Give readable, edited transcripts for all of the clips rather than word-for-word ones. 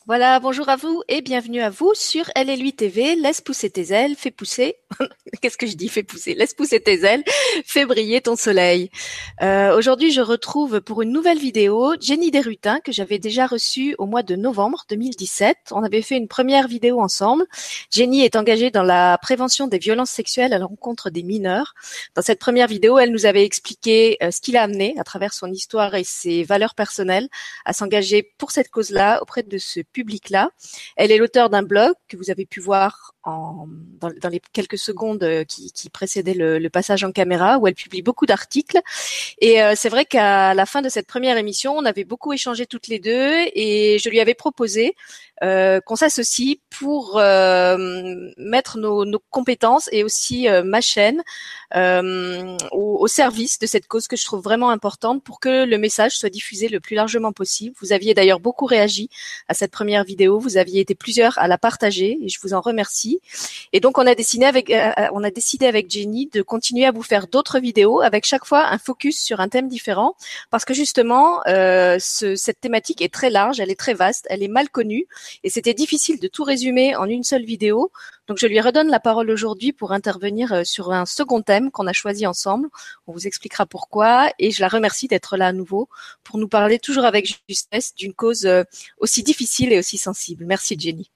Voilà, bonjour à vous et bienvenue à vous sur Elle et lui TV. Laisse pousser tes ailes, fais pousser. Qu'est-ce que je dis? Fais pousser. Laisse pousser tes ailes, fais briller ton soleil. Aujourd'hui, je retrouve pour une nouvelle vidéo Jenny Desrutins que j'avais déjà reçue au mois de novembre 2017. On avait fait une première vidéo ensemble. Jenny est engagée dans la prévention des violences sexuelles à l'encontre des mineurs. Dans cette première vidéo, elle nous avait expliqué ce qui l'a amené à travers son histoire et ses valeurs personnelles à s'engager pour cette cause-là auprès de ce public-là. Elle est l'auteure d'un blog que vous avez pu voir dans les quelques secondes qui précédaient le passage en caméra, où elle publie beaucoup d'articles. Et c'est vrai qu'à la fin de cette première émission, on avait beaucoup échangé toutes les deux et je lui avais proposé qu'on s'associe pour mettre nos compétences et aussi ma chaîne au service de cette cause que je trouve vraiment importante pour que le message soit diffusé le plus largement possible. Vous aviez d'ailleurs beaucoup réagi à cette première vidéo, vous aviez été plusieurs à la partager et je vous en remercie. Et donc on a décidé avec Jenny de continuer à vous faire d'autres vidéos avec chaque fois un focus sur un thème différent parce que justement cette thématique est très large, elle est très vaste, elle est mal connue et c'était difficile de tout résumer en une seule vidéo. Donc je lui redonne la parole aujourd'hui pour intervenir sur un second thème qu'on a choisi ensemble. On vous expliquera pourquoi et je la remercie d'être là à nouveau pour nous parler toujours avec justesse d'une cause aussi difficile et aussi sensible. Merci Jenny.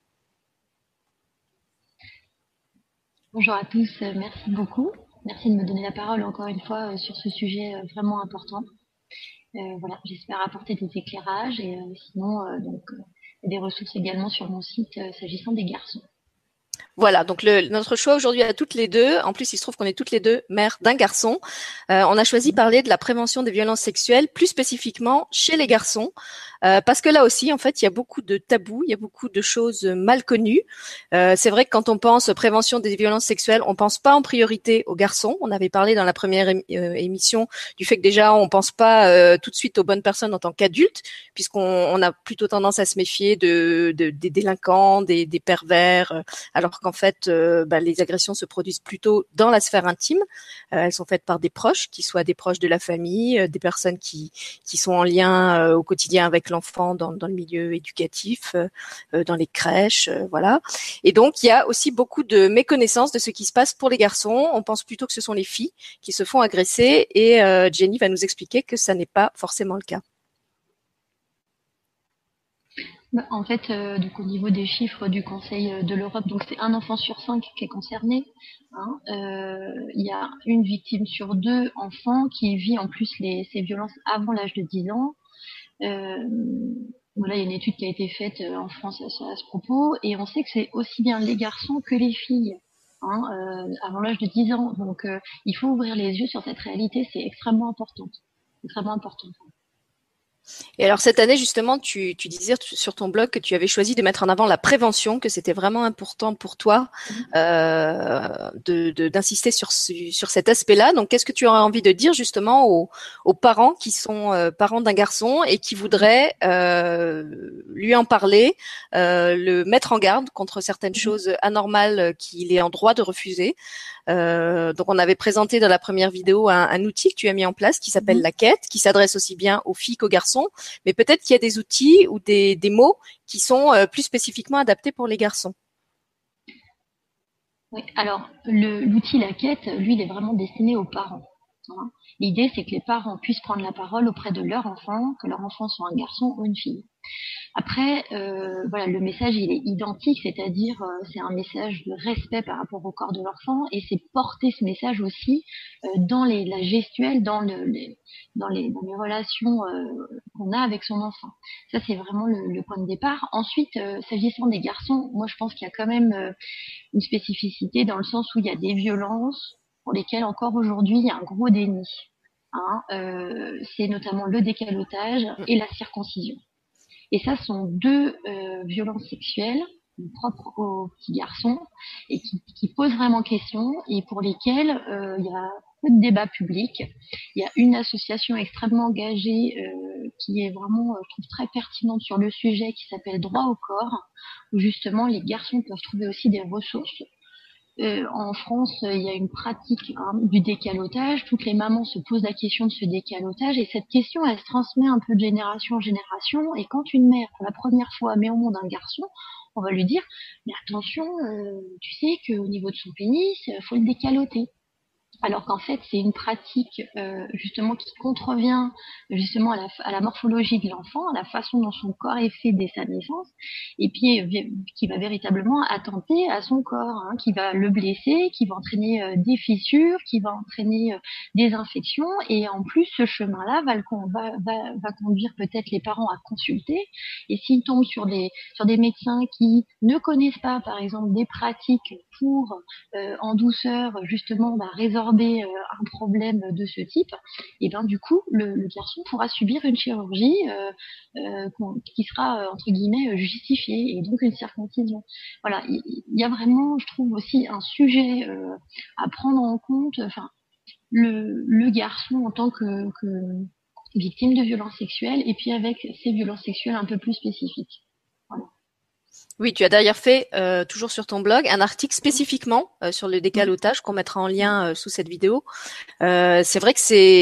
Bonjour à tous, merci beaucoup. Merci de me donner la parole encore une fois sur ce sujet vraiment important. Voilà, j'espère apporter des éclairages et sinon il y a des ressources également sur mon site s'agissant des garçons. Voilà, donc notre choix aujourd'hui à toutes les deux, en plus il se trouve qu'on est toutes les deux mères d'un garçon, on a choisi de parler de la prévention des violences sexuelles, plus spécifiquement chez les garçons, parce que là aussi en fait il y a beaucoup de tabous, il y a beaucoup de choses mal connues. C'est vrai que quand on pense prévention des violences sexuelles, on pense pas en priorité aux garçons. On avait parlé dans la première émission du fait que déjà on pense pas tout de suite aux bonnes personnes en tant qu'adultes, puisqu'on a plutôt tendance à se méfier des délinquants, des pervers, alors qu'en fait, les agressions se produisent plutôt dans la sphère intime. Elles sont faites par des proches, qui soient des proches de la famille, des personnes qui sont en lien au quotidien avec l'enfant dans le milieu éducatif, dans les crèches, voilà. Et donc, il y a aussi beaucoup de méconnaissance de ce qui se passe pour les garçons. On pense plutôt que ce sont les filles qui se font agresser et Jenny va nous expliquer que ça n'est pas forcément le cas. En fait, donc au niveau des chiffres du Conseil de l'Europe, donc c'est un enfant sur 5 qui est concerné. Hein. Il y a une victime sur 2 enfants qui vit en plus ces violences avant l'âge de 10 ans. Voilà, il y a une étude qui a été faite en France à ce propos, et on sait que c'est aussi bien les garçons que les filles avant l'âge de 10 ans. Donc il faut ouvrir les yeux sur cette réalité, c'est extrêmement important. Extrêmement important. Et alors cette année justement, tu disais sur ton blog que tu avais choisi de mettre en avant la prévention, que c'était vraiment important pour toi d'insister sur cet aspect-là. Donc qu'est-ce que tu aurais envie de dire justement aux parents qui sont parents d'un garçon et qui voudraient lui en parler, le mettre en garde contre certaines choses anormales qu'il est en droit de refuser. Donc on avait présenté dans la première vidéo un outil que tu as mis en place qui s'appelle la quête, qui s'adresse aussi bien aux filles qu'aux garçons, mais peut-être qu'il y a des outils ou des mots qui sont plus spécifiquement adaptés pour les garçons. Oui, alors l'outil la quête, lui, il est vraiment destiné aux parents. Hein. L'idée, c'est que les parents puissent prendre la parole auprès de leur enfant, que leur enfant soit un garçon ou une fille. Après, voilà, le message il est identique, c'est-à-dire c'est un message de respect par rapport au corps de l'enfant, et c'est porter ce message aussi dans la gestuelle, dans les relations qu'on a avec son enfant. Ça c'est vraiment le point de départ. Ensuite, s'agissant des garçons, moi je pense qu'il y a quand même une spécificité dans le sens où il y a des violences pour lesquelles encore aujourd'hui il y a un gros déni. Hein, c'est notamment le décalotage et la circoncision. Et ça sont 2 violences sexuelles propres aux petits garçons et qui posent vraiment question et pour lesquelles il y a peu de débat public. Il y a une association extrêmement engagée qui est vraiment, je trouve, très pertinente sur le sujet qui s'appelle Droit au corps, où justement les garçons peuvent trouver aussi des ressources. En France, il y a une pratique du décalotage. Toutes les mamans se posent la question de ce décalotage et cette question, elle se transmet un peu de génération en génération. Et quand une mère, pour la première fois, met au monde un garçon, on va lui dire, mais attention, tu sais qu'au niveau de son pénis, faut le décaloter. Alors qu'en fait, c'est une pratique justement qui contrevient justement à la morphologie de l'enfant, à la façon dont son corps est fait dès sa naissance, et puis qui va véritablement attenter à son corps, qui va le blesser, qui va entraîner des fissures, qui va entraîner des infections, et en plus, ce chemin-là va conduire peut-être les parents à consulter, et s'ils tombent sur des médecins qui ne connaissent pas, par exemple, des pratiques pour en douceur justement résorber un problème de ce type, et ben du coup le garçon pourra subir une chirurgie qui sera entre guillemets justifiée et donc une circoncision. Voilà, il y a vraiment, je trouve aussi un sujet à prendre en compte. Enfin, le garçon en tant que victime de violences sexuelles et puis avec ces violences sexuelles un peu plus spécifiques. Voilà. Oui, tu as d'ailleurs fait, toujours sur ton blog, un article spécifiquement sur le décalotage qu'on mettra en lien sous cette vidéo. C'est vrai que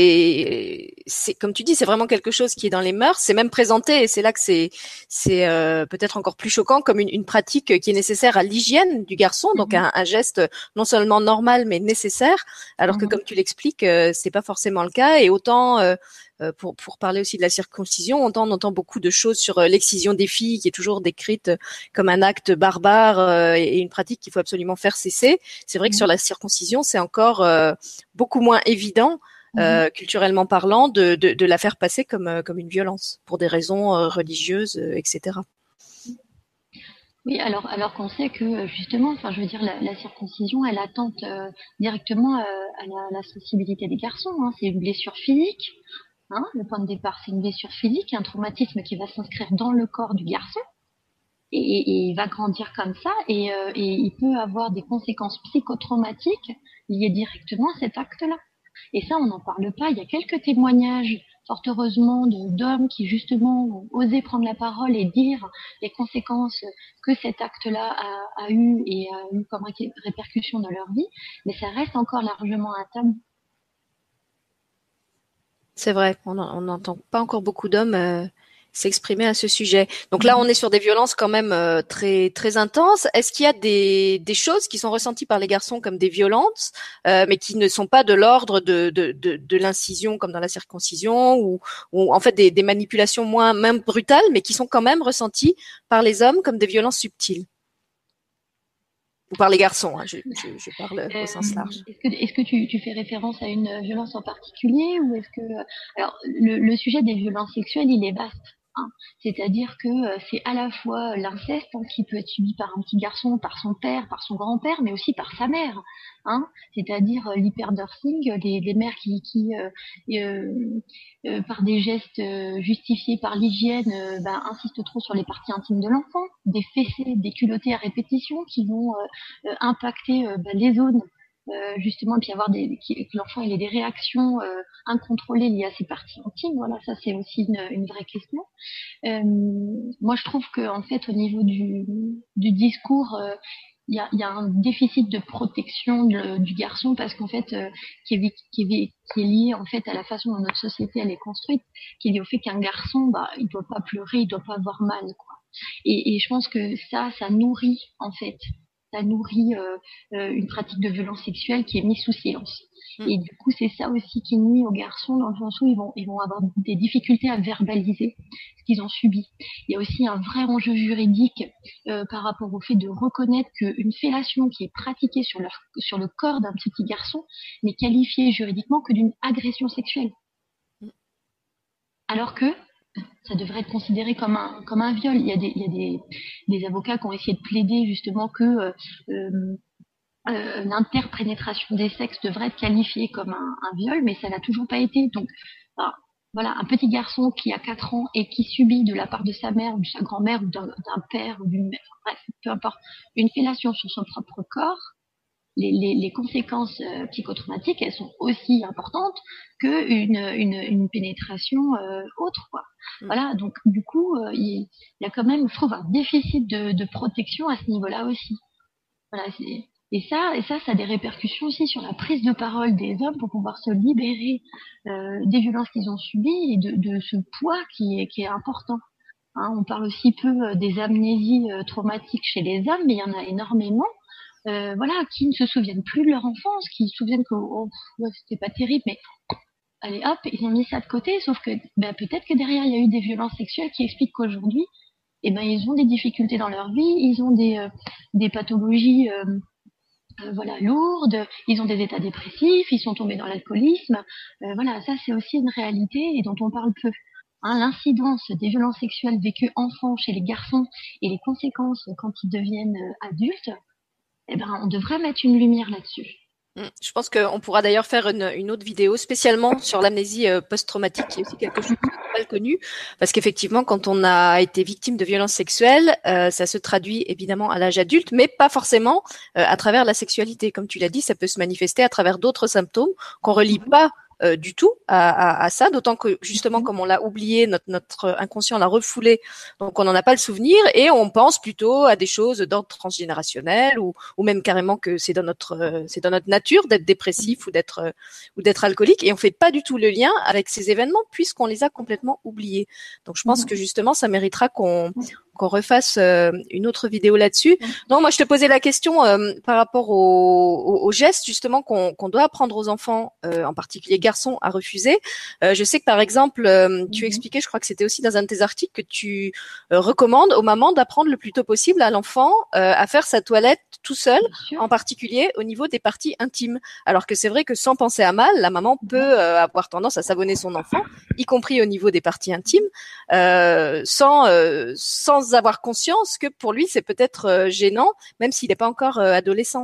c'est comme tu dis, c'est vraiment quelque chose qui est dans les mœurs. C'est même présenté, et c'est là que c'est peut-être encore plus choquant, comme une pratique qui est nécessaire à l'hygiène du garçon, donc un geste non seulement normal mais nécessaire. Alors que comme tu l'expliques, c'est pas forcément le cas. Et autant pour parler aussi de la circoncision, on entend beaucoup de choses sur l'excision des filles, qui est toujours décrite comme un acte barbare et une pratique qu'il faut absolument faire cesser. C'est vrai que sur la circoncision, c'est encore beaucoup moins évident, culturellement parlant, de la faire passer comme une violence pour des raisons religieuses, etc. Oui, alors qu'on sait que justement, enfin, je veux dire, la circoncision, elle attente directement à la sensibilité des garçons. C'est une blessure physique. Le point de départ, c'est une blessure physique, un traumatisme qui va s'inscrire dans le corps du garçon et il va grandir comme ça et il peut avoir des conséquences psychotraumatiques liées directement à cet acte-là. Et ça, on n'en parle pas. Il y a quelques témoignages, fort heureusement, d'hommes qui justement ont osé prendre la parole et dire les conséquences que cet acte-là a eu et a eu comme répercussion dans leur vie, mais ça reste encore largement un tabou. C'est vrai, on n'entend pas encore beaucoup d'hommes s'exprimer à ce sujet. Donc là, on est sur des violences quand même très très intenses. Est-ce qu'il y a des choses qui sont ressenties par les garçons comme des violences, mais qui ne sont pas de l'ordre de l'incision comme dans la circoncision, ou en fait des manipulations moins même brutales, mais qui sont quand même ressenties par les hommes comme des violences subtiles? Ou par les garçons, je parle au sens large. Est-ce que tu fais référence à une violence en particulier ou est-ce que alors le sujet des violences sexuelles il est vaste. C'est-à-dire que c'est à la fois l'inceste qui peut être subi par un petit garçon, par son père, par son grand-père, mais aussi par sa mère. C'est-à-dire l'hypernursing, des mères qui par des gestes justifiés par l'hygiène, insistent trop sur les parties intimes de l'enfant, des fessées, des culottés à répétition qui vont impacter les zones justement, et puis avoir que l'enfant ait des réactions incontrôlées liées à ses parties intimes. Voilà, ça c'est aussi une vraie question. Moi, je trouve que en fait, au niveau du discours, il y a un déficit de protection du garçon parce qu'en fait, qui est lié en fait à la façon dont notre société elle est construite, qui est lié au fait qu'un garçon, il doit pas pleurer, il doit pas avoir mal, quoi. Et je pense que ça nourrit en fait, ça nourrit une pratique de violence sexuelle qui est mise sous silence. Et du coup, c'est ça aussi qui nuit aux garçons dans le sens où ils vont avoir des difficultés à verbaliser ce qu'ils ont subi. Il y a aussi un vrai enjeu juridique par rapport au fait de reconnaître qu'une fellation qui est pratiquée sur le corps d'un petit garçon n'est qualifiée juridiquement que d'une agression sexuelle. Alors que ça devrait être considéré comme un viol. Il y a des avocats qui ont essayé de plaider justement que l'interpénétration des sexes devrait être qualifiée comme un viol, mais ça n'a toujours pas été. Donc, voilà, un petit garçon qui a 4 ans et qui subit de la part de sa mère ou de sa grand-mère ou d'un père ou d'une mère, bref, peu importe, une fellation sur son propre corps, les conséquences psychotraumatiques, elles sont aussi importantes qu'une pénétration autre, quoi. Voilà, donc du coup, il y a quand même, je trouve, un déficit de protection à ce niveau-là aussi. Voilà, Et ça a des répercussions aussi sur la prise de parole des hommes pour pouvoir se libérer des violences qu'ils ont subies et de ce poids qui est important. Hein, on parle aussi peu des amnésies traumatiques chez les hommes, mais il y en a énormément. Voilà, qui ne se souviennent plus de leur enfance, qui se souviennent que ouais, c'était pas terrible, mais allez hop, ils ont mis ça de côté. Sauf que peut-être que derrière il y a eu des violences sexuelles qui expliquent qu'aujourd'hui, ils ont des difficultés dans leur vie, ils ont des pathologies voilà, lourdes, ils ont des états dépressifs, ils sont tombés dans l'alcoolisme. Voilà, ça c'est aussi une réalité et dont on parle peu. Hein, l'incidence des violences sexuelles vécues enfants chez les garçons et les conséquences quand ils deviennent adultes, on devrait mettre une lumière là-dessus. Je pense qu'on pourra d'ailleurs faire une autre vidéo spécialement sur l'amnésie post-traumatique, qui est aussi quelque chose de mal connu, parce qu'effectivement, quand on a été victime de violences sexuelles, ça se traduit évidemment à l'âge adulte, mais pas forcément à travers la sexualité. Comme tu l'as dit, ça peut se manifester à travers d'autres symptômes qu'on relie pas du tout à ça, d'autant que justement, comme on l'a oublié, notre inconscient l'a refoulé, donc on n'en a pas le souvenir et on pense plutôt à des choses d'ordre transgénérationnel ou même carrément que c'est dans notre nature d'être dépressif ou d'être alcoolique et on fait pas du tout le lien avec ces événements puisqu'on les a complètement oubliés. Donc je pense que justement ça méritera qu'on refasse une autre vidéo là-dessus. Donc moi je te posais la question par rapport aux gestes justement qu'on doit apprendre aux enfants, en particulier garçons, à refuser. Je sais que par exemple tu expliquais, je crois que c'était aussi dans un de tes articles, que tu recommandes aux mamans d'apprendre le plus tôt possible à l'enfant à faire sa toilette tout seul, en particulier au niveau des parties intimes. Alors que c'est vrai que sans penser à mal, la maman peut avoir tendance à savonner son enfant, y compris au niveau des parties intimes, sans avoir conscience que pour lui c'est peut-être gênant, même s'il n'est pas encore adolescent.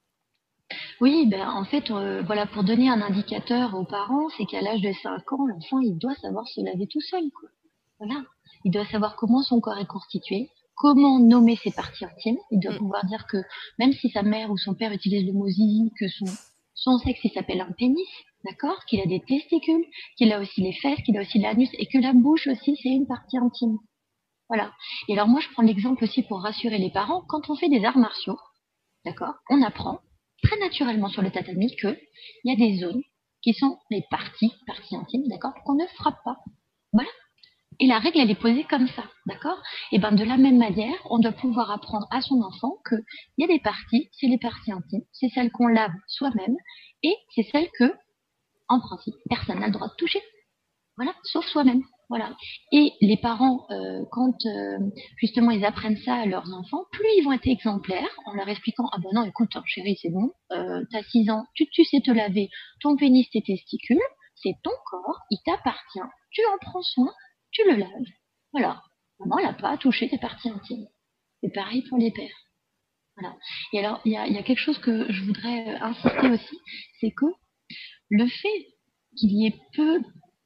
Oui, en fait, voilà, pour donner un indicateur aux parents, c'est qu'à l'âge de 5 ans, l'enfant, il doit savoir se laver tout seul, quoi. Voilà. Il doit savoir comment son corps est constitué, comment nommer ses parties intimes. Il doit pouvoir dire que même si sa mère ou son père utilise le mot zizi, que son sexe, il s'appelle un pénis, d'accord, qu'il a des testicules, qu'il a aussi les fesses, qu'il a aussi l'anus et que la bouche aussi, c'est une partie intime. Voilà. Et alors moi, je prends l'exemple aussi pour rassurer les parents. Quand on fait des arts martiaux, d'accord, on apprend très naturellement sur le tatami qu'il y a des zones qui sont les parties intimes, d'accord, qu'on ne frappe pas. Voilà. Et la règle, elle est posée comme ça, d'accord. Et de la même manière, on doit pouvoir apprendre à son enfant qu'il y a des parties, c'est les parties intimes, c'est celles qu'on lave soi-même, et c'est celles que, en principe, personne n'a le droit de toucher. Voilà, sauf soi-même. Voilà. Et les parents, quand justement ils apprennent ça à leurs enfants, plus ils vont être exemplaires en leur expliquant ah ben non écoute chérie c'est bon, t'as 6 ans, tu sais te laver, ton pénis, tes testicules, c'est ton corps, il t'appartient, tu en prends soin, tu le laves. Voilà. Maman elle n'a pas à toucher tes parties intimes. C'est pareil pour les pères. Voilà. Et alors il y a quelque chose que je voudrais insister aussi, c'est que le fait qu'il y ait peu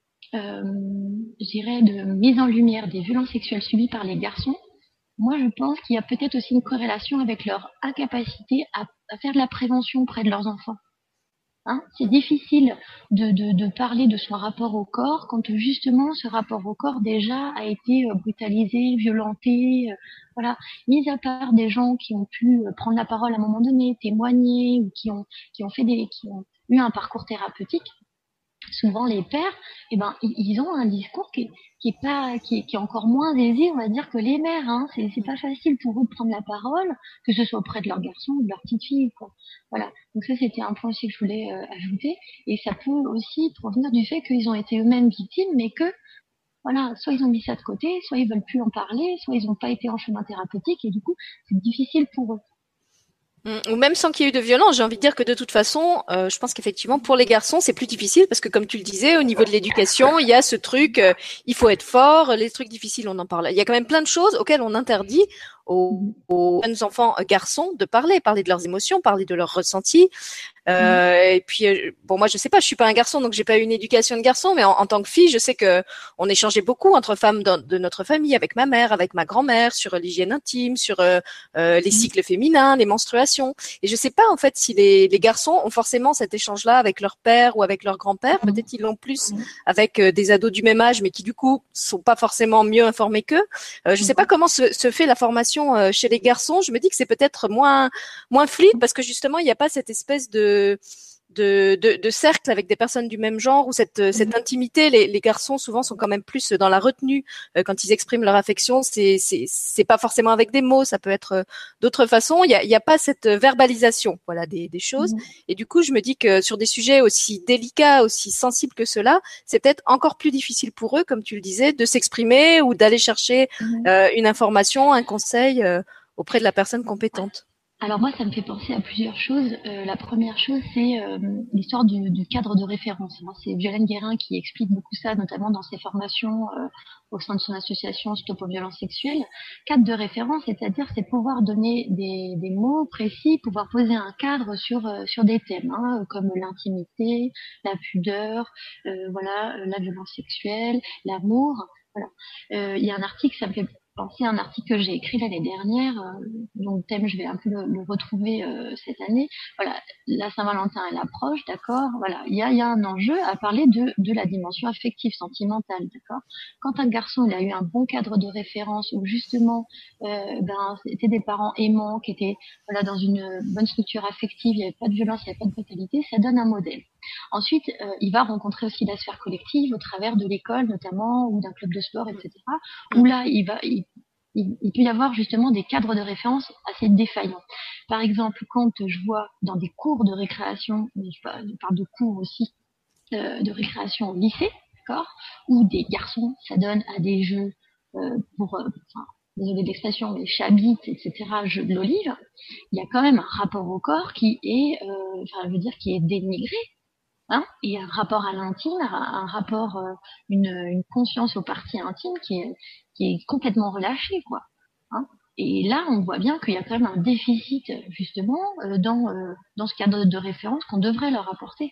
je dirais, de mise en lumière des violences sexuelles subies par les garçons, moi je pense qu'il y a peut-être aussi une corrélation avec leur incapacité à faire de la prévention auprès de leurs enfants. Hein, c'est difficile de parler de son rapport au corps quand justement ce rapport au corps déjà a été brutalisé, violenté, voilà. Mis à part des gens qui ont pu prendre la parole à un moment donné, témoigner ou qui ont eu un parcours thérapeutique, souvent les pères, ils ont un discours qui est encore moins aisé, on va dire, que les mères. Hein. C'est pas facile pour eux de prendre la parole, que ce soit auprès de leur garçon ou de leur petite fille. Quoi. Voilà. Donc ça, c'était un point aussi que je voulais ajouter. Et ça peut aussi provenir du fait qu'ils ont été eux-mêmes victimes, mais que voilà, soit ils ont mis ça de côté, soit ils veulent plus en parler, soit ils n'ont pas été en chemin thérapeutique, et du coup, c'est difficile pour eux. Ou même sans qu'il y ait eu de violence, j'ai envie de dire que de toute façon, je pense qu'effectivement pour les garçons c'est plus difficile parce que comme tu le disais, au niveau de l'éducation, il y a ce truc, il faut être fort, les trucs difficiles on en parle. Il y a quand même plein de choses auxquelles on interdit aux jeunes enfants garçons de parler de leurs émotions, parler de leurs ressentis. Et puis bon, moi je sais pas, je suis pas un garçon donc j'ai pas eu une éducation de garçon, mais en tant que fille je sais que on échangeait beaucoup entre femmes de notre famille, avec ma mère, avec ma grand-mère, sur l'hygiène intime, sur les cycles féminins, les menstruations. Et je sais pas en fait si les garçons ont forcément cet échange-là avec leur père ou avec leur grand-père. Peut-être ils l'ont plus avec des ados du même âge, mais qui du coup sont pas forcément mieux informés qu'eux. Je sais pas comment se fait la formation information chez les garçons, je me dis que c'est peut-être moins fluide parce que justement, il n'y a pas cette espèce de cercle avec des personnes du même genre ou cette intimité. Les garçons souvent sont quand même plus dans la retenue quand ils expriment leur affection. C'est pas forcément avec des mots, ça peut être d'autres façons. Il y a pas cette verbalisation, voilà, des choses. Et du coup, je me dis que sur des sujets aussi délicats, aussi sensibles que cela, c'est peut-être encore plus difficile pour eux, comme tu le disais, de s'exprimer ou d'aller chercher une information, un conseil auprès de la personne compétente. Alors moi, ça me fait penser à plusieurs choses. La première chose, c'est l'histoire du cadre de référence. Moi, c'est Violaine Guérin qui explique beaucoup ça, notamment dans ses formations au sein de son association Stop aux violences sexuelles. Cadre de référence, c'est-à-dire c'est pouvoir donner des mots précis, pouvoir poser un cadre sur des thèmes, comme l'intimité, la pudeur, la violence sexuelle, l'amour. Voilà. Il y a un article, ça me fait penser à un article que j'ai écrit l'année dernière, dont le thème je vais un peu le retrouver cette année. Voilà, la Saint-Valentin elle approche, d'accord. Voilà, il y a un enjeu à parler de la dimension affective, sentimentale, d'accord. Quand un garçon il a eu un bon cadre de référence où justement c'était des parents aimants qui étaient dans une bonne structure affective, il n'y avait pas de violence, il n'y avait pas de brutalité, ça donne un modèle. Ensuite, il va rencontrer aussi la sphère collective au travers de l'école notamment ou d'un club de sport, etc. Où là, il peut y avoir justement des cadres de référence assez défaillants. Par exemple, quand je vois dans des cours de récréation, mais je parle de cours aussi de récréation au lycée, d'accord, où des garçons s'adonnent à des jeux désolé de l'expression, mais chabit, etc., jeux de l'olive, il y a quand même un rapport au corps qui est, qui est dénigré. Il y a un rapport à l'intime, un rapport, une conscience aux parties intimes qui est complètement relâchée, quoi. Hein. Et là, on voit bien qu'il y a quand même un déficit, justement, dans ce cadre de référence qu'on devrait leur apporter.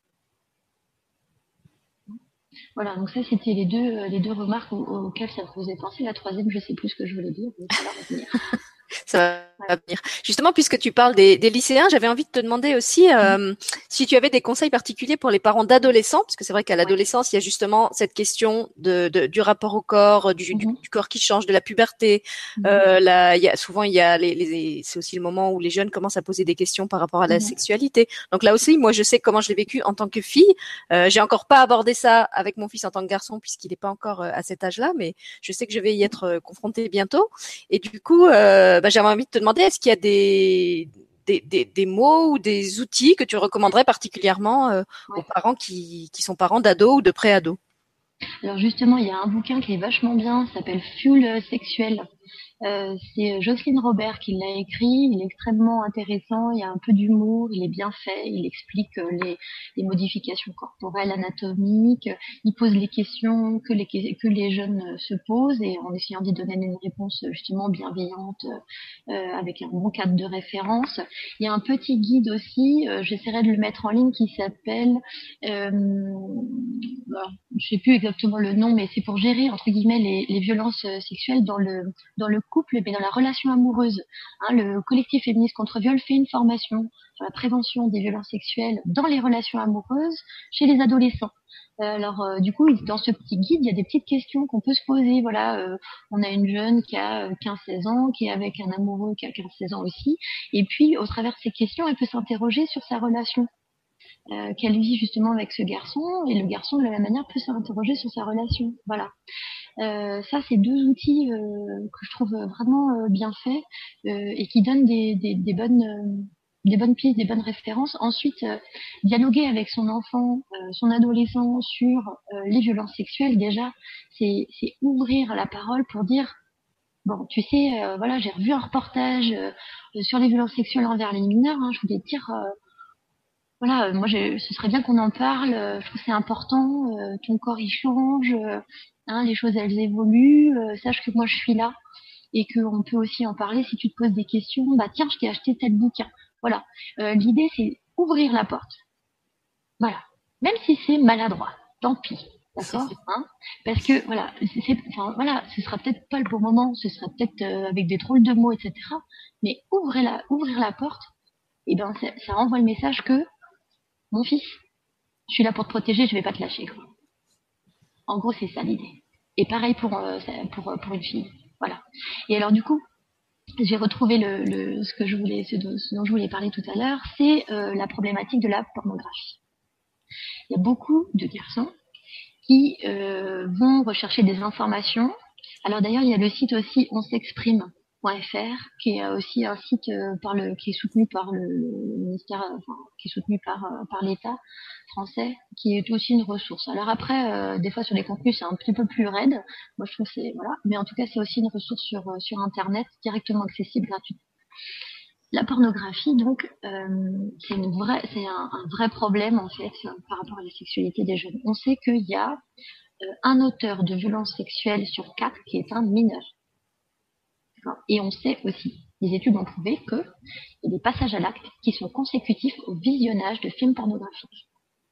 Voilà, donc ça, c'était les deux remarques auxquelles ça me faisait penser. La troisième, je sais plus ce que je voulais dire, mais ça va revenir. Ça va venir. Justement, puisque tu parles des lycéens, j'avais envie de te demander aussi si tu avais des conseils particuliers pour les parents d'adolescents, parce que c'est vrai qu'à l'adolescence, il y a justement cette question du rapport au corps, du corps qui change, de la puberté. Souvent, c'est aussi le moment où les jeunes commencent à poser des questions par rapport à la sexualité. Donc là aussi, moi, je sais comment je l'ai vécu en tant que fille. J'ai encore pas abordé ça avec mon fils en tant que garçon, puisqu'il n'est pas encore à cet âge-là, mais je sais que je vais y être confrontée bientôt. Et du coup, j'avais envie de te demander, est-ce qu'il y a des mots ou des outils que tu recommanderais particulièrement aux parents qui sont parents d'ados ou de pré-ados? Alors justement, il y a un bouquin qui est vachement bien, ça s'appelle Fuel sexuel. C'est Jocelyne Robert qui l'a écrit. Il est extrêmement intéressant. Il y a un peu d'humour. Il est bien fait. Il explique les modifications corporelles, anatomiques. Il pose les questions que les jeunes se posent et en essayant d'y donner une réponse justement bienveillante avec un bon cadre de référence. Il y a un petit guide aussi. J'essaierai de le mettre en ligne qui s'appelle je sais plus exactement le nom, mais c'est pour gérer entre guillemets les violences sexuelles dans le couple, mais dans la relation amoureuse. Le collectif féministe contre viol fait une formation sur la prévention des violences sexuelles dans les relations amoureuses chez les adolescents. Du coup, dans ce petit guide, il y a des petites questions qu'on peut se poser. Voilà, on a une jeune qui a 15-16 ans, qui est avec un amoureux qui a 15-16 ans aussi. Et puis, au travers de ces questions, elle peut s'interroger sur sa relation qu'elle vit justement avec ce garçon. Et le garçon, de la même manière, peut s'interroger sur sa relation. Voilà. Ça, c'est deux outils que je trouve vraiment bien faits et qui donnent des bonnes pistes, des bonnes références. Ensuite, dialoguer avec son enfant, son adolescent sur les violences sexuelles, déjà, c'est ouvrir la parole pour dire bon, tu sais, j'ai revu un reportage sur les violences sexuelles envers les mineurs. Je voulais te dire moi, ce serait bien qu'on en parle. Je trouve que c'est important. Ton corps, il change. Les choses, elles évoluent. Sache que moi, je suis là et qu'on peut aussi en parler si tu te poses des questions. Bah tiens, je t'ai acheté tel bouquin. Voilà. L'idée, c'est ouvrir la porte. Voilà. Même si c'est maladroit, tant pis. D'accord, parce que ce sera peut-être pas le bon moment, ce sera peut-être avec des drôles de mots, etc. Mais ouvrir la porte, et ben ça renvoie le message que mon fils, je suis là pour te protéger, je vais pas te lâcher. Quoi. En gros, c'est ça l'idée. Et pareil pour une fille. Voilà. Et alors du coup, j'ai retrouvé ce dont je voulais parler tout à l'heure, c'est la problématique de la pornographie. Il y a beaucoup de garçons qui vont rechercher des informations. Alors d'ailleurs, il y a le site aussi onsexprime.fr qui est aussi un site qui est soutenu par le ministère, enfin, qui est soutenu par l'État français, qui est aussi une ressource. Alors après, des fois sur les contenus, c'est un petit peu plus raide. Moi, je trouve que c'est voilà, mais en tout cas, c'est aussi une ressource sur Internet directement accessible, gratuite. La pornographie, donc, c'est un vrai problème en fait par rapport à la sexualité des jeunes. On sait qu'il y a un auteur de violences sexuelles sur 4 qui est un mineur. Et on sait aussi, les études ont prouvé qu'il y a des passages à l'acte qui sont consécutifs au visionnage de films pornographiques.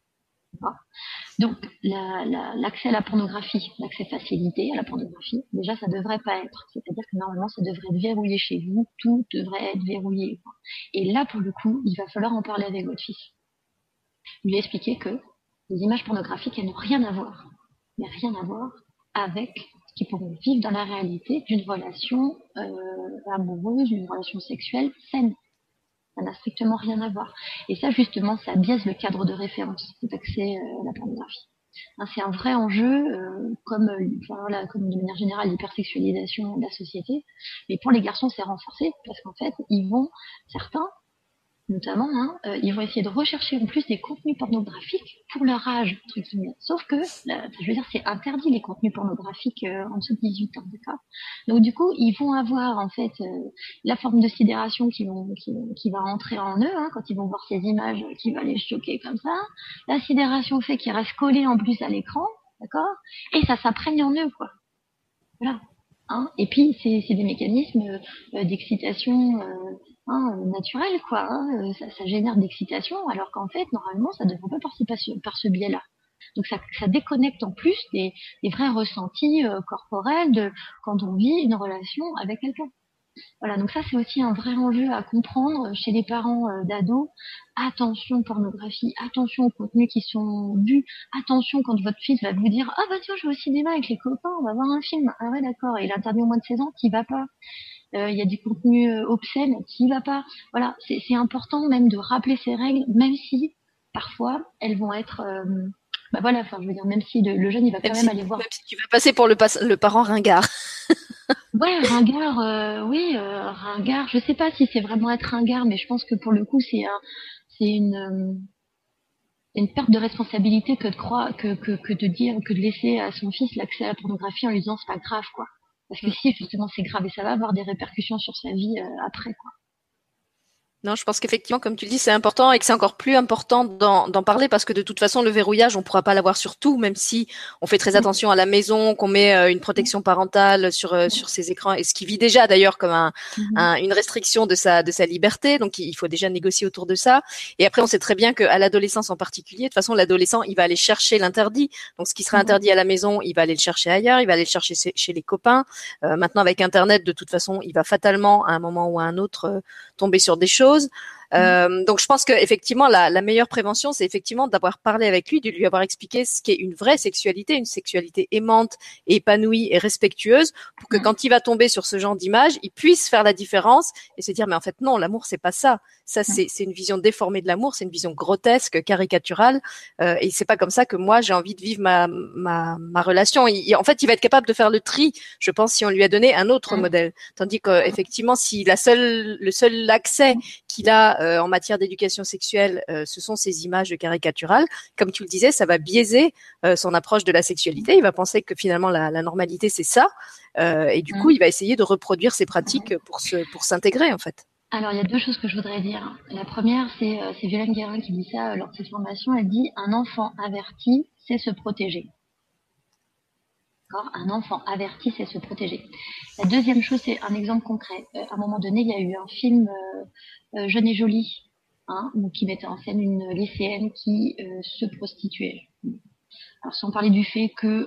Donc, l'accès à la pornographie, l'accès facilité à la pornographie, déjà, ça devrait pas être. C'est-à-dire que normalement, ça devrait être verrouillé chez vous, tout devrait être verrouillé. Et là, pour le coup, il va falloir en parler avec votre fils. Lui expliquer que les images pornographiques, elles n'ont rien à voir. Mais rien à voir avec ce qu'ils pourront vivre dans la réalité d'une relation amoureuse, d'une relation sexuelle saine. Ça n'a strictement rien à voir. Et ça, justement, ça biaise le cadre de référence d'accès à la pornographie. C'est un vrai enjeu, comme de manière générale l'hypersexualisation de la société. Mais pour les garçons, c'est renforcé parce qu'en fait, certains, notamment, ils vont essayer de rechercher en plus des contenus pornographiques pour leur âge, entre guillemets. Sauf que, je veux dire, c'est interdit les contenus pornographiques en dessous de 18 ans, d'accord. Donc du coup, ils vont avoir en fait la forme de sidération qui va entrer en eux quand ils vont voir ces images qui va les choquer comme ça. La sidération fait qu'ils restent collés en plus à l'écran, d'accord, et ça s'imprègne en eux, quoi. Voilà. Et puis c'est des mécanismes d'excitation naturelle, quoi. Ça génère d'excitation, alors qu'en fait normalement ça ne devrait pas passer par ce biais-là. Donc ça déconnecte en plus des vrais ressentis corporels de quand on vit une relation avec quelqu'un. Voilà, donc ça c'est aussi un vrai enjeu à comprendre chez les parents d'ados. Attention pornographie, attention aux contenus qui sont vus, attention quand votre fils va vous dire ah bah tiens je vais au cinéma avec les copains, on va voir un film. Ah ouais d'accord, et il est interdit au moins de 16 ans, qui va pas. Il y a des contenus obscènes, qui va pas. Voilà, c'est important même de rappeler ces règles, même si parfois elles vont être voilà, enfin je veux dire même si le jeune il va quand même aller voir. Même si tu vas passer pour le parent ringard. Ouais, ringard, oui, ringard. Je sais pas si c'est vraiment être ringard, mais je pense que pour le coup, c'est une perte de responsabilité que de croire, que de dire, que de laisser à son fils l'accès à la pornographie en lui disant c'est pas grave, quoi. Parce que si, justement, c'est grave et ça va avoir des répercussions sur sa vie après, quoi. Non, je pense qu'effectivement, comme tu le dis, c'est important et que c'est encore plus important d'en parler parce que de toute façon, le verrouillage, on pourra pas l'avoir sur tout, même si on fait très attention à la maison, qu'on met une protection parentale sur ses écrans, et ce qui vit déjà d'ailleurs comme une restriction de sa liberté. Donc, il faut déjà négocier autour de ça. Et après, on sait très bien qu'à l'adolescence en particulier, de toute façon, l'adolescent, il va aller chercher l'interdit. Donc, ce qui sera interdit à la maison, il va aller le chercher ailleurs, il va aller le chercher chez les copains. Maintenant, avec Internet, de toute façon, il va fatalement, à un moment ou à un autre, tomber sur des choses. Donc je pense que effectivement la meilleure prévention, c'est effectivement d'avoir parlé avec lui, de lui avoir expliqué ce qu'est une vraie sexualité, une sexualité aimante, et épanouie et respectueuse, pour que quand il va tomber sur ce genre d'image, il puisse faire la différence et se dire mais en fait non, l'amour c'est pas ça. Ça c'est une vision déformée de l'amour, c'est une vision grotesque, caricaturale, et c'est pas comme ça que moi j'ai envie de vivre ma relation. En fait, il va être capable de faire le tri, je pense, si on lui a donné un autre modèle. Tandis qu'effectivement, si le seul accès qu'il a en matière d'éducation sexuelle, ce sont ces images caricaturales. Comme tu le disais, ça va biaiser son approche de la sexualité. Il va penser que finalement la normalité c'est ça, et du coup il va essayer de reproduire ces pratiques pour s'intégrer en fait. Alors il y a deux choses que je voudrais dire. La première, c'est Violaine Guérin qui dit ça lors de ses formations. Elle dit un enfant averti sait se protéger. Un enfant averti sait se protéger. La deuxième chose, c'est un exemple concret. À un moment donné, il y a eu un film Jeune et jolie, qui mettait en scène une lycéenne qui se prostituait. Alors sans parler du fait que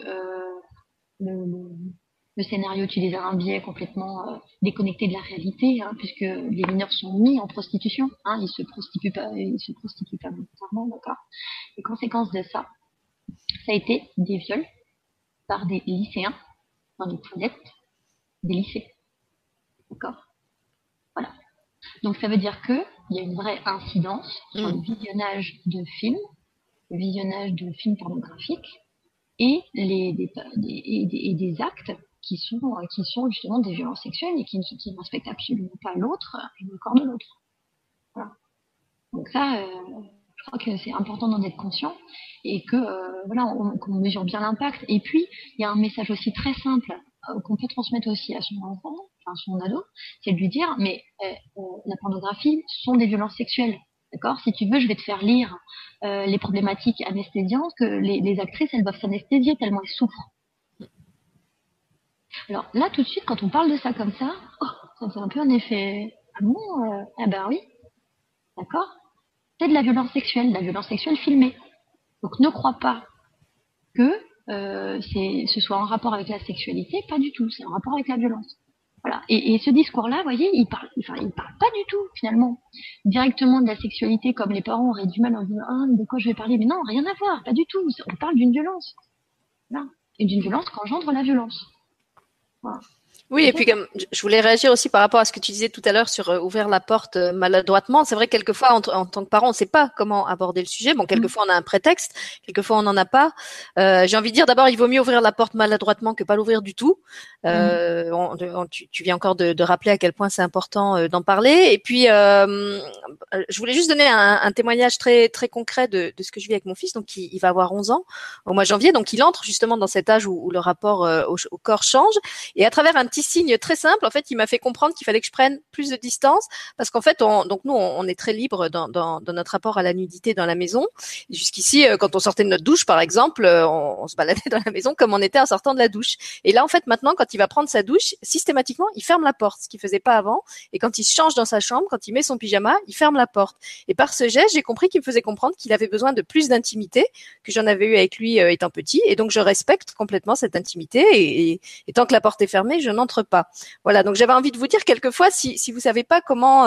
le scénario utilisait un biais complètement déconnecté de la réalité, puisque les mineurs sont mis en prostitution, ils se prostituent pas volontairement, d'accord. Les conséquences de ça a été des viols par des lycéens dans les toilettes des lycées. D'accord. Donc ça veut dire que il y a une vraie incidence sur le visionnage de films, le visionnage de films pornographiques et des actes qui sont justement des violences sexuelles et qui ne respectent absolument pas l'autre et le corps de l'autre. Voilà. Donc ça, je crois que c'est important d'en être conscient et que voilà, qu'on mesure bien l'impact. Et puis, il y a un message aussi très simple qu'on peut transmettre aussi à son enfant, enfin son ado, c'est de lui dire, mais la pornographie sont des violences sexuelles. D'accord. Si tu veux, je vais te faire lire les problématiques anesthésiantes que les actrices, elles doivent s'anesthésier tellement elles souffrent. Alors là, tout de suite, quand on parle de ça comme ça, ça fait un peu un effet. Ah bon ah ben oui, d'accord. C'est de la violence sexuelle filmée. Donc ne crois pas que ce soit en rapport avec la sexualité, pas du tout. C'est en rapport avec la violence. Voilà. Et ce discours-là, vous voyez, il parle pas du tout finalement directement de la sexualité comme les parents auraient du mal en disant ah de quoi je vais parler, mais non, rien à voir, pas du tout. On parle d'une violence, voilà, et d'une violence qu'engendre la violence. Voilà. Oui, et puis comme je voulais réagir aussi par rapport à ce que tu disais tout à l'heure sur ouvrir la porte maladroitement. C'est vrai que quelquefois, en tant que parent, on ne sait pas comment aborder le sujet. Bon, quelquefois on a un prétexte, quelquefois on n'en a pas. J'ai envie de dire d'abord, il vaut mieux ouvrir la porte maladroitement que pas l'ouvrir du tout. Tu viens encore de rappeler à quel point c'est important d'en parler. Et puis, je voulais juste donner un témoignage très très concret de ce que je vis avec mon fils. Donc, il va avoir 11 ans au mois de janvier. Donc, il entre justement dans cet âge où le rapport au corps change. Et à travers un petit signe très simple, en fait, il m'a fait comprendre qu'il fallait que je prenne plus de distance parce qu'en fait, on est très libre dans notre rapport à la nudité dans la maison. Et jusqu'ici, quand on sortait de notre douche, par exemple, on se baladait dans la maison comme on était en sortant de la douche. Et là, en fait, maintenant, quand il va prendre sa douche, systématiquement, il ferme la porte, ce qu'il faisait pas avant. Et quand il se change dans sa chambre, quand il met son pyjama, il ferme la porte. Et par ce geste, j'ai compris qu'il me faisait comprendre qu'il avait besoin de plus d'intimité que j'en avais eu avec lui étant petit. Et donc, je respecte complètement cette intimité. Et tant que la porte est fermée, je n'entre pas. Voilà. Donc, j'avais envie de vous dire quelquefois, si vous savez pas comment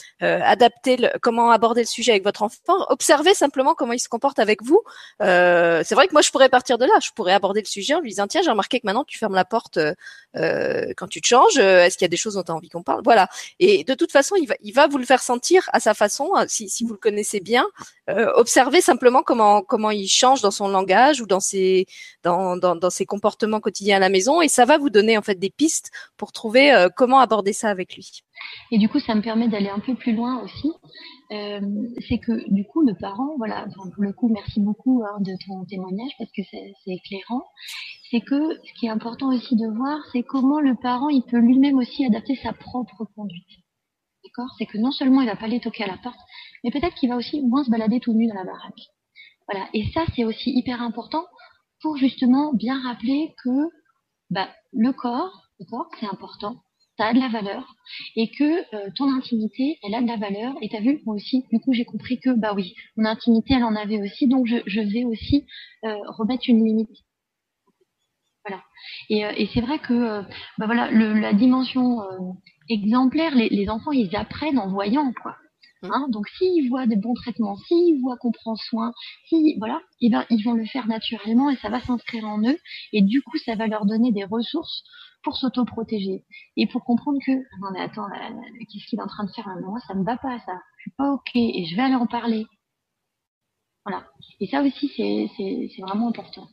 comment aborder le sujet avec votre enfant, observez simplement comment il se comporte avec vous. C'est vrai que moi, je pourrais partir de là. Je pourrais aborder le sujet en lui disant tiens, j'ai remarqué que maintenant tu fermes la porte quand tu te changes. Est-ce qu'il y a des choses dont tu as envie qu'on parle? Voilà. Et de toute façon, il va vous le faire sentir à sa façon. Si vous le connaissez bien, observez simplement comment il change dans son langage ou dans ses comportements quotidiens à la maison, et ça va vous donner en fait des pistes pour trouver comment aborder ça avec lui. Et du coup, ça me permet d'aller un peu plus loin aussi. C'est que du coup, le parent, voilà, enfin, pour le coup, merci beaucoup de ton témoignage parce que c'est éclairant. C'est que ce qui est important aussi de voir, c'est comment le parent, il peut lui-même aussi adapter sa propre conduite. D'accord? C'est que non seulement il va pas aller toquer à la porte, mais peut-être qu'il va aussi moins se balader tout nu dans la baraque. Voilà. Et ça, c'est aussi hyper important pour justement bien rappeler que le corps, c'est important, ça a de la valeur et que ton intimité, elle a de la valeur. Et t'as vu, moi aussi, du coup, j'ai compris que bah oui, mon intimité, elle en avait aussi, donc je vais aussi remettre une limite. Voilà. Et c'est vrai que voilà, la dimension exemplaire, les enfants, ils apprennent en voyant, quoi. Hein, donc s'ils voient des bons traitements, s'ils voient qu'on prend soin, si voilà, et ben ils vont le faire naturellement et ça va s'inscrire en eux et du coup ça va leur donner des ressources pour s'auto-protéger et pour comprendre que non mais attends qu'est-ce qu'il est en train de faire là, moi ça me va pas ça, je suis pas ok et je vais aller en parler. Voilà. Et ça aussi c'est vraiment important.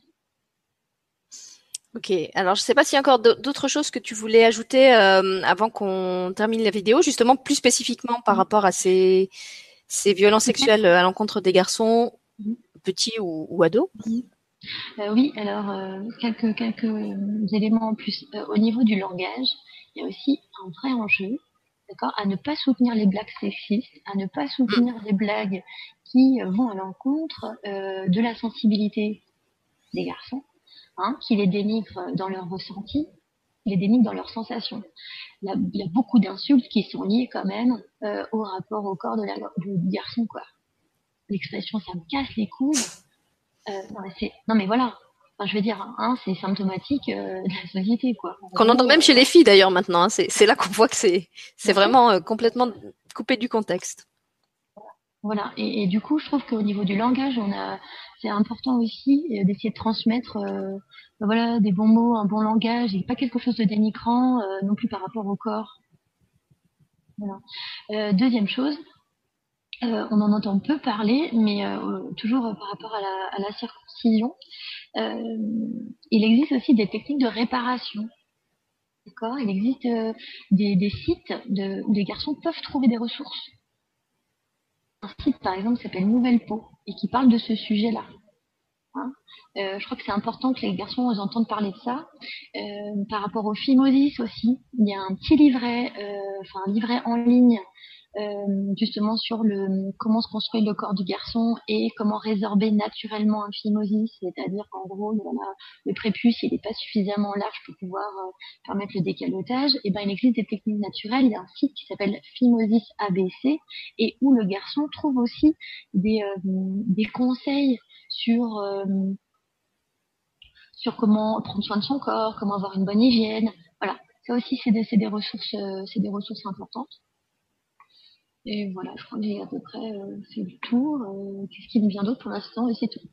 Ok, alors je ne sais pas s'il y a encore d'autres choses que tu voulais ajouter avant qu'on termine la vidéo, justement plus spécifiquement par rapport à ces violences sexuelles à l'encontre des garçons, petits ou ados. Oui, alors quelques éléments en plus. Au niveau du langage, il y a aussi un vrai enjeu, d'accord, à ne pas soutenir les blagues sexistes, à ne pas soutenir des blagues qui vont à l'encontre de la sensibilité des garçons, hein, qui les dénigrent dans leur ressenti, qui les dénigrent dans leurs sensations. Il y a beaucoup d'insultes qui sont liées quand même au rapport au corps du garçon, quoi. L'expression ça me casse les couilles. Non mais voilà. Enfin, je veux dire, hein, c'est symptomatique de la société, quoi. Qu'on entend même chez les filles d'ailleurs maintenant. Hein. C'est là qu'on voit que c'est vraiment complètement coupé du contexte. Voilà. Et du coup, je trouve qu'au niveau du langage, c'est important aussi d'essayer de transmettre, voilà, des bons mots, un bon langage, et pas quelque chose de dénigrant non plus par rapport au corps. Voilà. Deuxième chose, on en entend peu parler, mais toujours par rapport à la circoncision, il existe aussi des techniques de réparation. D'accord. Il existe des sites des garçons peuvent trouver des ressources. Un site, par exemple, s'appelle Nouvelle Peau et qui parle de ce sujet-là. Hein. Je crois que c'est important que les garçons entendent parler de ça. Par rapport aux phimosis aussi, il y a un petit livret, un livret en ligne, justement sur comment se construit le corps du garçon et comment résorber naturellement un phimosis, c'est-à-dire qu'en gros, le prépuce, il n'est pas suffisamment large pour pouvoir permettre le décalotage. Et ben, il existe des techniques naturelles. Il y a un site qui s'appelle Phimosis ABC et où le garçon trouve aussi des conseils sur comment prendre soin de son corps, comment avoir une bonne hygiène. Voilà, ça aussi c'est des ressources importantes. Et voilà, je crois que j'ai à peu près fait le tour. Qu'est-ce qui me vient d'autre pour l'instant et c'est tout.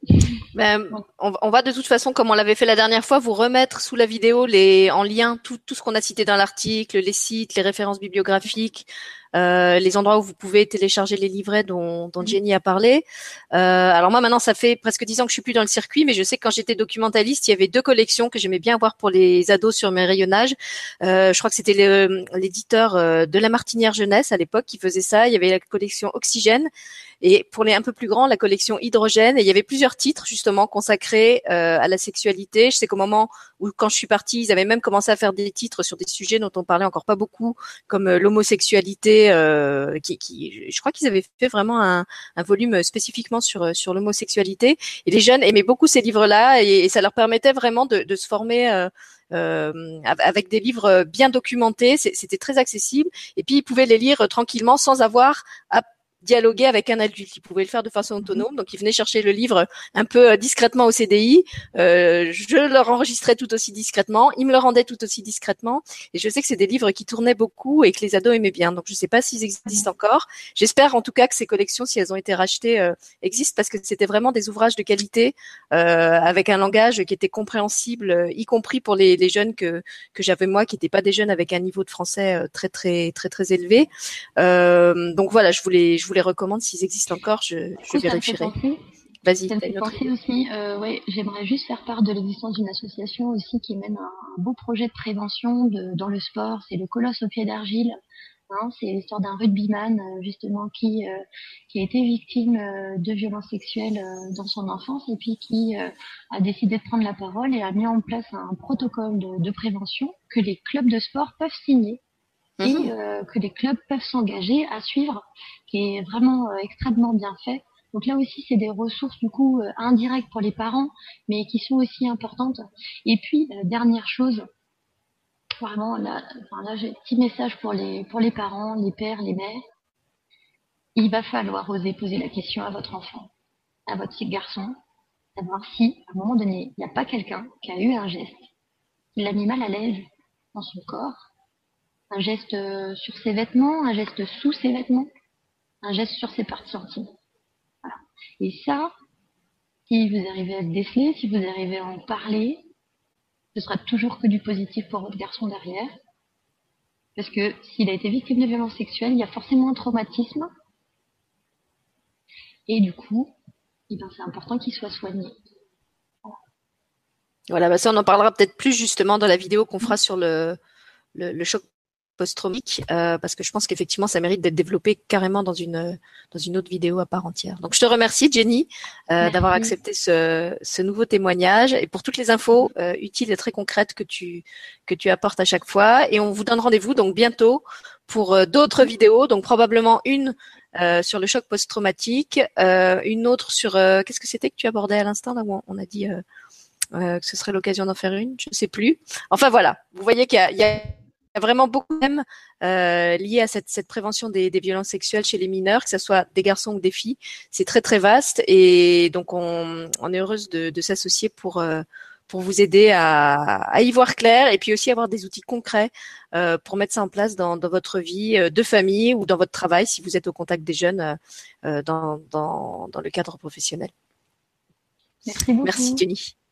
On va de toute façon, comme on l'avait fait la dernière fois, vous remettre sous la vidéo en lien tout ce qu'on a cité dans l'article, les sites, les références bibliographiques, les endroits où vous pouvez télécharger les livrets dont Jenny a parlé. Alors moi maintenant ça fait presque 10 ans que je suis plus dans le circuit, mais je sais que quand j'étais documentaliste, il y avait 2 collections que j'aimais bien avoir pour les ados sur mes rayonnages. Je crois que c'était l'éditeur de la Martinière Jeunesse à l'époque qui faisait ça. Il y avait la collection Oxygène et pour les un peu plus grands la collection Hydrogène. Et il y avait plusieurs titres justement consacrés à la sexualité. Je sais qu'au moment où quand je suis partie, ils avaient même commencé à faire des titres sur des sujets dont on parlait encore pas beaucoup, comme l'homosexualité. Je crois qu'ils avaient fait vraiment un volume spécifiquement sur l'homosexualité. Et les jeunes aimaient beaucoup ces livres-là et ça leur permettait vraiment de se former avec des livres bien documentés. C'était très accessible. Et puis ils pouvaient les lire tranquillement sans avoir à dialoguer avec un adulte. Ils pouvaient le faire de façon autonome. Donc, ils venaient chercher le livre un peu discrètement au CDI. Je leur enregistrais tout aussi discrètement. Ils me le rendaient tout aussi discrètement. Et je sais que c'est des livres qui tournaient beaucoup et que les ados aimaient bien. Donc, je ne sais pas s'ils existent encore. J'espère en tout cas que ces collections, si elles ont été rachetées, existent parce que c'était vraiment des ouvrages de qualité avec un langage qui était compréhensible, y compris pour les jeunes que j'avais moi, qui n'étaient pas des jeunes avec un niveau de français très très très très élevé. Donc voilà, je vous les recommande s'ils existent encore, je vérifierai. Vas-y. Ça me fait penser aussi, j'aimerais juste faire part de l'existence d'une association aussi qui mène un beau projet de prévention dans le sport. C'est le Colosse au pied d'argile. Hein, c'est l'histoire d'un rugbyman justement qui a été victime de violences sexuelles dans son enfance et puis qui a décidé de prendre la parole et a mis en place un protocole de prévention que les clubs de sport peuvent signer. Et que les clubs peuvent s'engager à suivre, qui est vraiment extrêmement bien fait. Donc là aussi, c'est des ressources du coup indirectes pour les parents, mais qui sont aussi importantes. Et puis, dernière chose, vraiment là j'ai un petit message pour les parents, les pères, les mères. Il va falloir oser poser la question à votre enfant, à votre petit garçon, savoir si, à un moment donné, il n'y a pas quelqu'un qui a eu un geste qui l'a mis mal à l'aise dans son corps. Un geste sur ses vêtements, un geste sous ses vêtements, un geste sur ses parties intimes. Voilà. Et ça, si vous arrivez à le déceler, si vous arrivez à en parler, ce sera toujours que du positif pour votre garçon derrière. Parce que s'il a été victime de violences sexuelles, il y a forcément un traumatisme. Et du coup, c'est important qu'il soit soigné. Voilà, ça on en parlera peut-être plus justement dans la vidéo qu'on fera sur le choc post-traumatique, parce que je pense qu'effectivement ça mérite d'être développé carrément dans une autre vidéo à part entière. Donc je te remercie Jenny d'avoir accepté ce nouveau témoignage et pour toutes les infos utiles et très concrètes que tu apportes à chaque fois. Et on vous donne rendez-vous donc bientôt pour d'autres vidéos, donc probablement une sur le choc post-traumatique, une autre sur qu'est-ce que c'était que tu abordais à l'instant là où on a dit que ce serait l'occasion d'en faire une, je ne sais plus. Enfin voilà, vous voyez qu'il y a vraiment beaucoup de thèmes liés à cette prévention des violences sexuelles chez les mineurs, que ce soit des garçons ou des filles. C'est très très vaste et donc on est heureuse de s'associer pour vous aider à y voir clair et puis aussi avoir des outils concrets pour mettre ça en place dans votre vie de famille ou dans votre travail si vous êtes au contact des jeunes dans le cadre professionnel. Merci beaucoup. Merci Jenny.